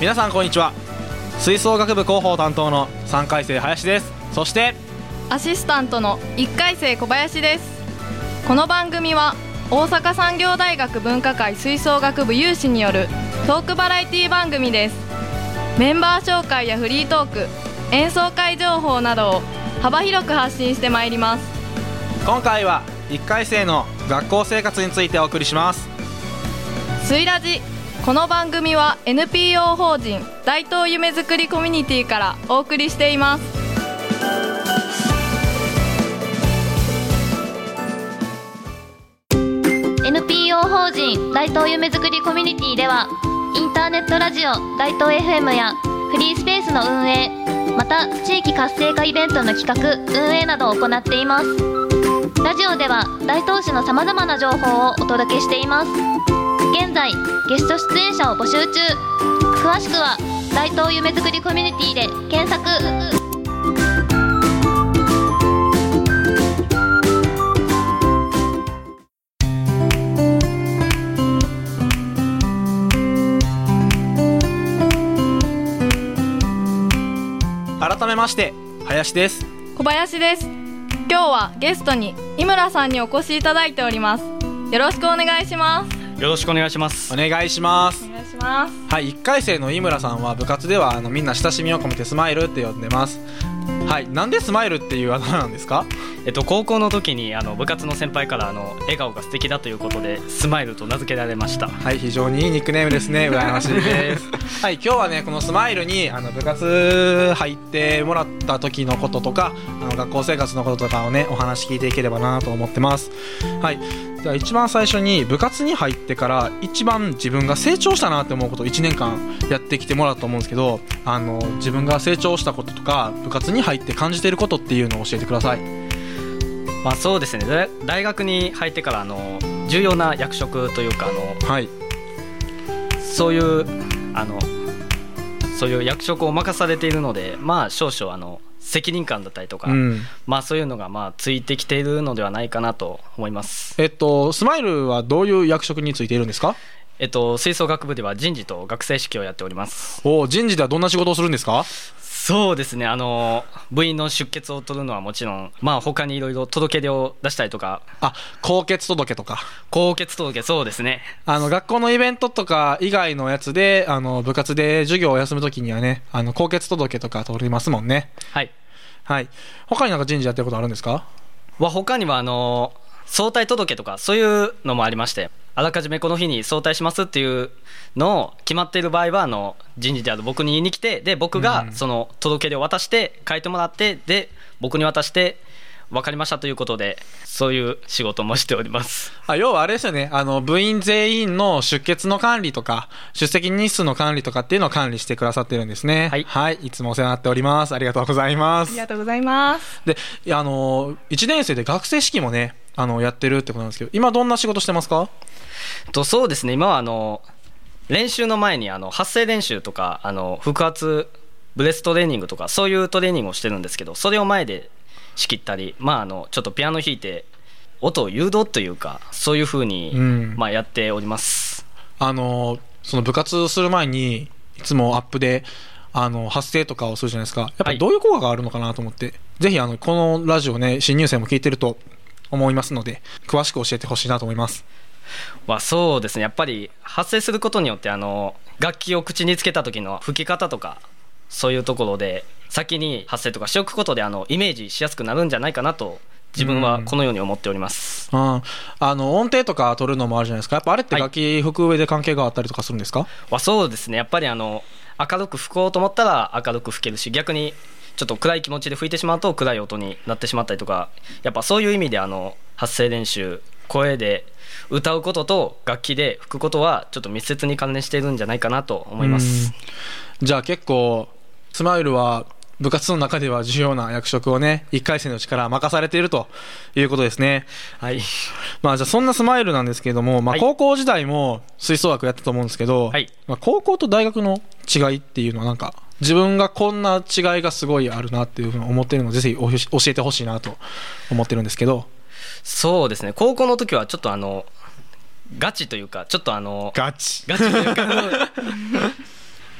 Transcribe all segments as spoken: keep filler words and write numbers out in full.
皆さんこんにちは。吹奏楽部広報担当のさんかい生林です。そしてアシスタントのいっかい生小林です。この番組は大阪産業大学文化会吹奏楽部有志によるトークバラエティ番組です。メンバー紹介やフリートーク、演奏会情報などを幅広く発信してまいります。 今回はいっかい生の学校生活についてお送りします。 水ラジ、この番組は エヌピーオー 法人大東夢づくりコミュニティからお送りしています。 エヌピーオー 法人大東夢づくりコミュニティではインターネットラジオ大東 エフエム やフリースペースの運営、また地域活性化イベントの企画・運営などを行っています。ラジオでは大東市のさまざまな情報をお届けしています。現在ゲスト出演者を募集中。詳しくは大東夢づくりコミュニティで検索。 改めまして林です。 小林です。今日はゲストに井村さんにお越しいただいております。よろしくお願いします。 よろしくお願いします。 お願いします。 お願いします。 はい、いっかい生の井村さんは部活ではあのみんな親しみを込めてスマイルって呼んでます。はい、なんでスマイルっていうあだ名なんですか？ えっと、高校の時にあの部活の先輩からあの笑顔が素敵だということでスマイルと名付けられました。 はい、非常にいいニックネームですね。羨ましいですはい、今日はねこのスマイルにあの部活入ってもらった時のこととかあの学校生活のこととかをねお話聞いていければなと思ってます。はい、では一番最初に部活に入ってから一番自分が成長したなって思うことをいちねんかんやってきてもらったと思うんですけど、あの自分が成長したこととか部活に入って感じていることっていうのを教えてください。 まあ、そうですね、大学に入ってからあの重要な役職というかあの、はい、そういうあのそういう役職を任されているので、まあ、少々あの責任感だったりとか、うんまあ、そういうのがまあついてきているのではないかなと思います。 えっと、スマイルはどういう役職についているんですか？ えっと、吹奏楽部では人事と学生指揮をやっております。 お、人事ではどんな仕事をするんですか？ そうですね、あの部員の出欠を取るのはもちろん、まあ、他にいろいろ届け出を出したりとか。 あ、高欠届とか。 高欠届、そうですね。 あの学校のイベントとか以外のやつであの部活で授業を休むときにはね、あの高欠届とか取りますもんね。 はいはい。他になんか人事やってることあるんですか？ は他にはあの早退届とかそういうのもありまして、あらかじめこの日に早退しますっていうのを決まっている場合はあの人事である僕に言いに来て、で僕がその届け出を渡して書いてもらって、で僕に渡して分かりましたということで、そういう仕事もしております。 あ、要はあれですよね、あの部員全員の出欠の管理とか出席日数の管理とかっていうのを管理してくださってるんですね。 はい、 はい、いつもお世話になっております。ありがとうございます。 ありがとうございます。 で、あのいちねん生で学生式もねあのやってるってことなんですけど、今どんな仕事してますか？ とそうですね、今はあの練習の前にあの発声練習とかあの腹圧ブレストレーニングとかそういうトレーニングをしてるんですけど、それを前で仕切ったり、まあ、あのちょっとピアノ弾いて音を誘導というかそういう風に、うんまあ、やっております。 あのその部活する前にいつもアップであの発声とかをするじゃないですか。やっぱりどういう効果があるのかなと思って、はい、ぜひあのこのラジオね新入生も聞いてると思いますので詳しく教えてほしいなと思います。 はそうですね、やっぱり発声することによってあの楽器を口につけた時の吹き方とかそういうところで先に発声とかしておくことであのイメージしやすくなるんじゃないかなと自分はこのように思っております。 うん、ああの音程とか取るのもあるじゃないですか。やっぱあれって楽器吹く上で関係があったりとかするんですか？はい、 はそうですね、やっぱりあの明るく吹こうと思ったら明るく吹けるし、逆にちょっと暗い気持ちで吹いてしまうと暗い音になってしまったりとか、やっぱそういう意味であの発声練習、声で歌うことと楽器で吹くことはちょっと密接に関連しているんじゃないかなと思います。 じゃあ結構スマイルは部活の中では重要な役職をねいっかい生のうちから任されているということですね。 はい。 まあじゃあそんなスマイルなんですけれども、まあ、高校時代も吹奏楽やったと思うんですけど、はいまあ、高校と大学の違いっていうのはなんか自分がこんな違いがすごいあるなっていうふうに思っているのでぜひ教えてほしいなと思ってるんですけど。 そうですね、高校の時はちょっとあのガチというかちょっとあのガチガチというか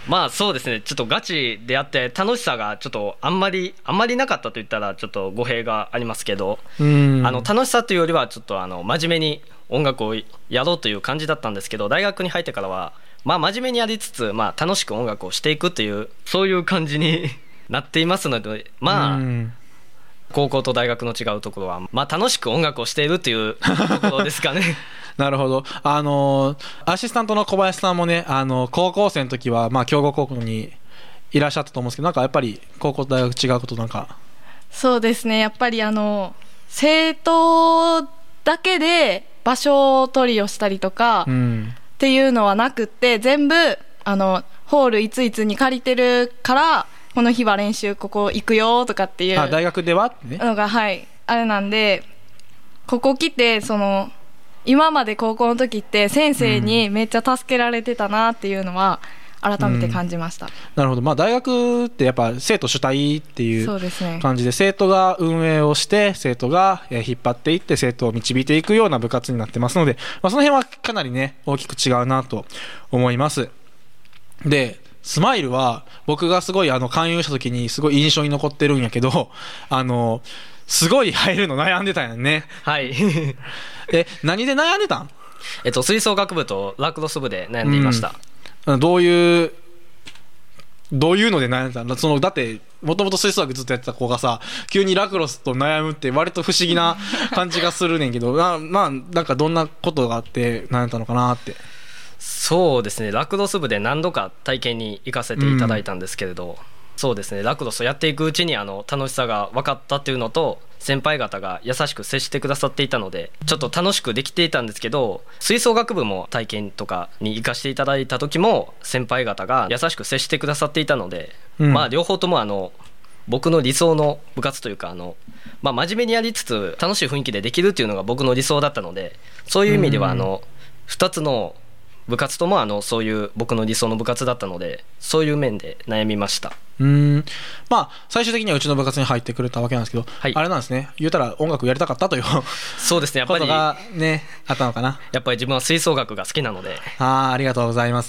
まあそうですね、ちょっとガチでやって楽しさがちょっとあんまりあんまりなかったと言ったらちょっと語弊がありますけど、 うんあの楽しさというよりはちょっとあの真面目に音楽をやろうという感じだったんですけど、大学に入ってからはまあ真面目にやりつつ、まあ、楽しく音楽をしていくというそういう感じになっていますので、まあうん高校と大学の違うところは、まあ、楽しく音楽をしているというところですかねなるほど。あのアシスタントの小林さんもね、あの高校生の時はまあ強豪高校にいらっしゃったと思うんですけど、なんかやっぱり高校と大学違うことなんか。 そうですね、やっぱりあの生徒だけで場所取りをしたりとか、 うん、 っていうのはなくって、全部あのホールいついつに借りてるからこの日は練習ここ行くよとかっていうあ大学ではねのが、はい、あれなんで、ここ来てその今まで高校の時って先生にめっちゃ助けられてたなっていうのは改めて感じました、うん、 なるほど。まあ大学ってやっぱ生徒主体っていう感じで、生徒が運営をして生徒が引っ張っていって生徒を導いていくような部活になってますので、まあ、その辺はかなりね大きく違うなと思います。でスマイルは僕がすごいあの勧誘した時にすごい印象に残ってるんやけど、あのすごい入るの悩んでたんやんね。 はいえ何で悩んでたん？ えっと吹奏楽部とラクロス部で悩んでいました、 うん、どういうどういうので悩んでたん？そのだってもともと吹奏楽ずっとやってた子がさ急にラクロスと悩むって割と不思議な感じがするねんけどなまあなんかどんなことがあって悩んだのかなって。 そうですね、ラクロス部で何度か体験に行かせていただいたんですけれど、うん、そうですね、ラクロスをやっていくうちにあの楽しさが分かったっていうのと、先輩方が優しく接してくださっていたのでちょっと楽しくできていたんですけど、吹奏楽部も体験とかに行かせていただいた時も先輩方が優しく接してくださっていたので、うん、まあ両方ともあの僕の理想の部活というかあの、まあ、真面目にやりつつ楽しい雰囲気でできるっていうのが僕の理想だったので、そういう意味ではあのふたつの部活ともあのそういう僕の理想の部活だったので、そういう面で悩みました。 うーんまあ最終的にはうちの部活に入ってくれたわけなんですけど、 はい、 あれなんですね、言うたら音楽やりたかったというそうですね、やっぱりことがねあったのかな。 やっぱり自分は吹奏楽が好きなので。 あありがとうございます。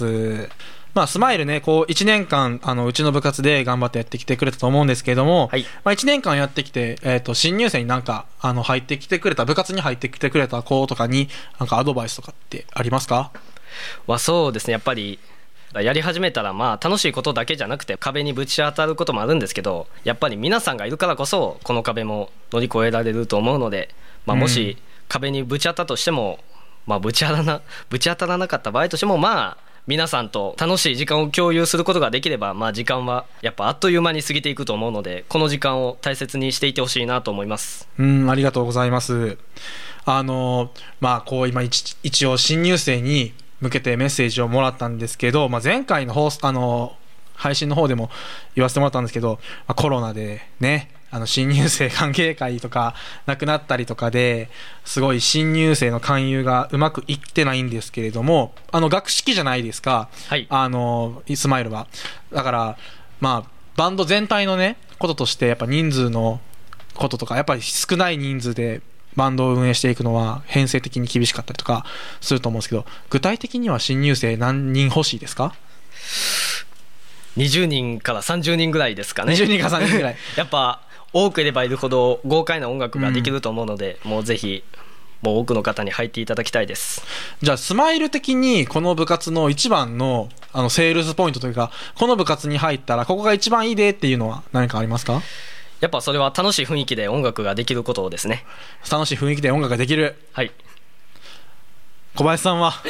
まあ、スマイルねこういちねんかんあのうちの部活で頑張ってやってきてくれたと思うんですけれども、 はい、 まあ、いちねんかんやってきて、えー、と新入生になんかあの入ってきてくれた部活に入ってきてくれた子とかになんかアドバイスとかってありますか？ はそうですね、やっぱりやり始めたらまあ楽しいことだけじゃなくて壁にぶち当たることもあるんですけど、やっぱり皆さんがいるからこそこの壁も乗り越えられると思うので、まあ、もし壁にぶち当たったとしても、まあ、ぶち当たらな、ぶち当たらなかった場合としてもまあ皆さんと楽しい時間を共有することができれば、まあ、時間はやっぱあっという間に過ぎていくと思うので、この時間を大切にしていてほしいなと思います。 うんありがとうございます。あのまあこう今一一応新入生に向けてメッセージをもらったんですけど、まあ、前回の放送あの配信の方でも言わせてもらったんですけど、まあ、コロナでねあの新入生歓迎会とかなくなったりとかですごい新入生の勧誘がうまくいってないんですけれども、あの学式じゃないですか、 はい、 あのスマイルはだからまあバンド全体のねこととしてやっぱ人数のこととかやっぱり少ない人数でバンドを運営していくのは編成的に厳しかったりとかすると思うんですけど、具体的には新入生何人欲しいですか？ にじゅうにんからさんじゅうにんぐらいですかね。 にじゅうにんからさんじゅうにんぐらいやっぱ多くいればいるほど豪快な音楽ができると思うので、うん、もうぜひもう多くの方に入っていただきたいです。 じゃあスマイル的にこの部活の一番のあのセールスポイントというか、この部活に入ったらここが一番いいでっていうのは何かありますか？ やっぱそれは楽しい雰囲気で音楽ができることですね。 楽しい雰囲気で音楽ができる。 はい。 小林さんは、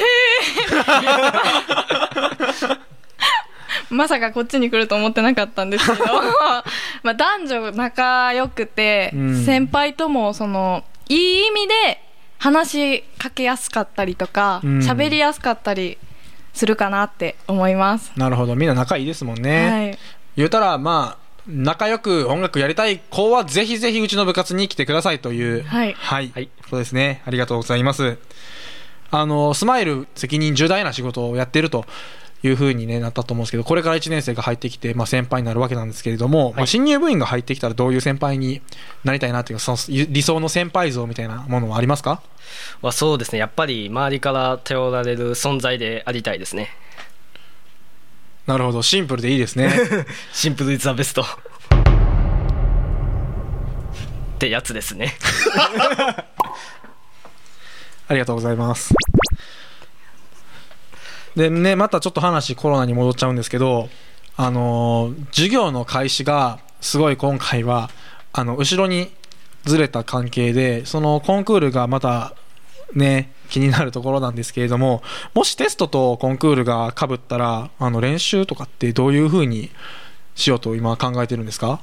えー、まさかこっちに来ると思ってなかったんですけどまあ男女仲良くて、うん、先輩ともそのいい意味で話しかけやすかったりとか喋、うん、りやすかったりするかなって思います。 なるほど、みんな仲いいですもんね、はい、言うたらまあ仲良く音楽やりたい子はぜひぜひうちの部活に来てくださいという、 はい、 はい、そうですね。ありがとうございます。あのスマイル責任重大な仕事をやっているという風に、ね、なったと思うんですけど、これからいちねん生が入ってきて、まあ、先輩になるわけなんですけれども、はい、まあ、新入部員が入ってきたらどういう先輩になりたいなというか、その理想の先輩像みたいなものはありますか？ はそうですね、やっぱり周りから頼られる存在でありたいですね。 なるほど、シンプルでいいですね。 シンプルイズザベストってやつですね。 ありがとうございます。でね、またちょっと話コロナに戻っちゃうんですけど、あのー、授業の開始がすごい今回はあの後ろにずれた関係で、そのコンクールがまたね気になるところなんですけれども、もしテストとコンクールが被ったら、あの練習とかってどういう風にしようと今考えてるんですか？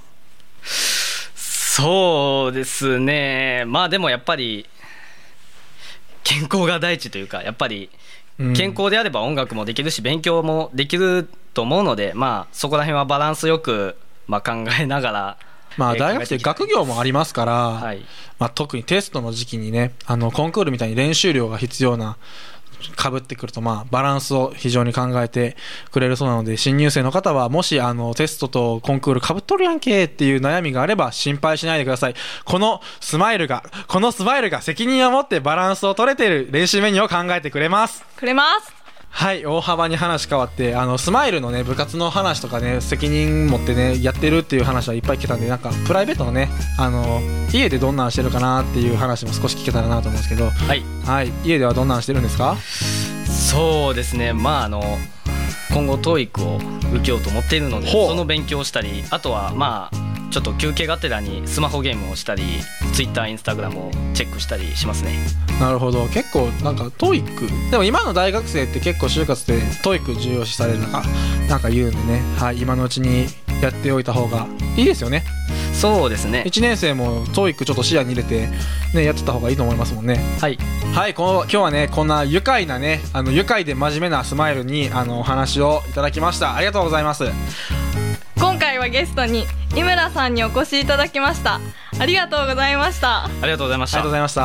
そうですね、まあでもやっぱり健康が第一というか、やっぱり健康であれば音楽もできるし勉強もできると思うので、まあそこら辺はバランスよくまあ考えながら、 まあ大学生学業もありますから、 はい、 まあ特にテストの時期にね、あのコンクールみたいに練習量が必要な被ってくると、まあバランスを非常に考えてくれるそうなので、新入生の方はもしあのテストとコンクール被っとるやんけっていう悩みがあれば心配しないでください。このスマイルがこのスマイルが責任を持ってバランスを取れている練習メニューを考えてくれますくれます。 はい、大幅に話変わって、あのスマイルのね部活の話とかね、責任持ってねやってるっていう話はいっぱい聞けたんで、なんかプライベートのね、あの家でどんなんしてるかなっていう話も少し聞けたらなと思うんですけど、 はい、 はい、家ではどんなんしてるんですか？ そうですね、まああの今後 トーイック を受けようと思っているので、その勉強をしたり、あとはまあちょっと休憩がてらにスマホゲームをしたり、 Twitter、Instagram をチェックしたりしますね。 なるほど、結構なんか トーイック でも今の大学生って結構就活で トーイック 重要視される中なんか言うんでね、はい、今のうちにやっておいた方がいいですよね。 そうですね、 いちねん生も トーイック ちょっと視野に入れて、ね、やってた方がいいと思いますもんね。 はいはい、この今日はねこんな愉快なね、あの愉快で真面目なスマイルにあのお話をいただきました。ありがとうございます。 今回はゲストに井村さんにお越しいただきました。ありがとうございました。 ありがとうございました。 ありがとうございました。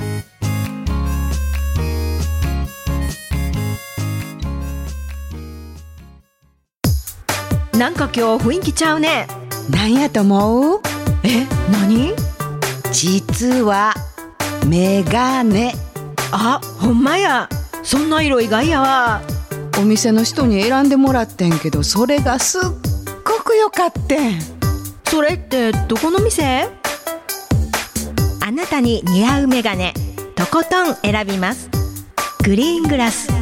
なんか今日雰囲気ちゃうね。なんやと思う？え、何？実はメガネ。あ、ほんまや。そんな色意外やわ。お店の人に選んでもらってんけど、それがすっごくよかってん。それってどこの店？ あなたに似合うメガネ、とことん選びます。グリーングラス。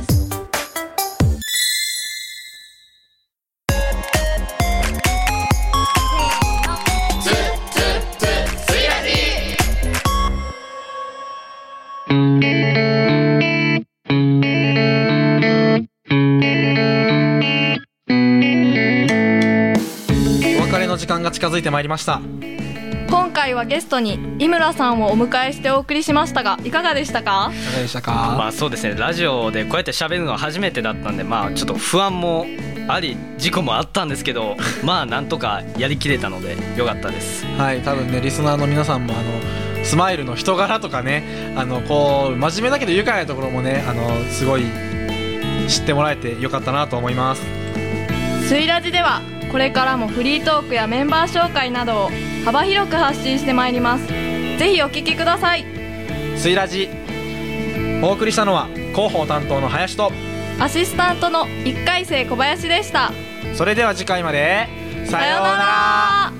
時間が近づいてまいりました。 今回はゲストに井村さんをお迎えしてお送りしましたが、いかがでしたか？ いかがでしたか？ まあそうですね、ラジオでこうやって喋るのは初めてだったんで、まあちょっと不安もあり事故もあったんですけど、まあなんとかやりきれたのでよかったです。 はい、多分ねリスナーの皆さんもあのスマイルの人柄とかね、あのこう真面目だけど愉快なところもね、あのすごい知ってもらえてよかったなと思います。 スイラジではこれからもフリートークやメンバー紹介などを幅広く発信してまいります。ぜひお聞きください。 スイラジ、お送りしたのは広報担当の林とアシスタントのいっかい生小林でした。 それでは次回までさようなら。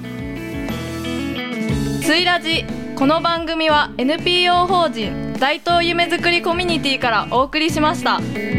スイラジ、この番組は エヌピーオー 法人大東夢づくりコミュニティからお送りしました。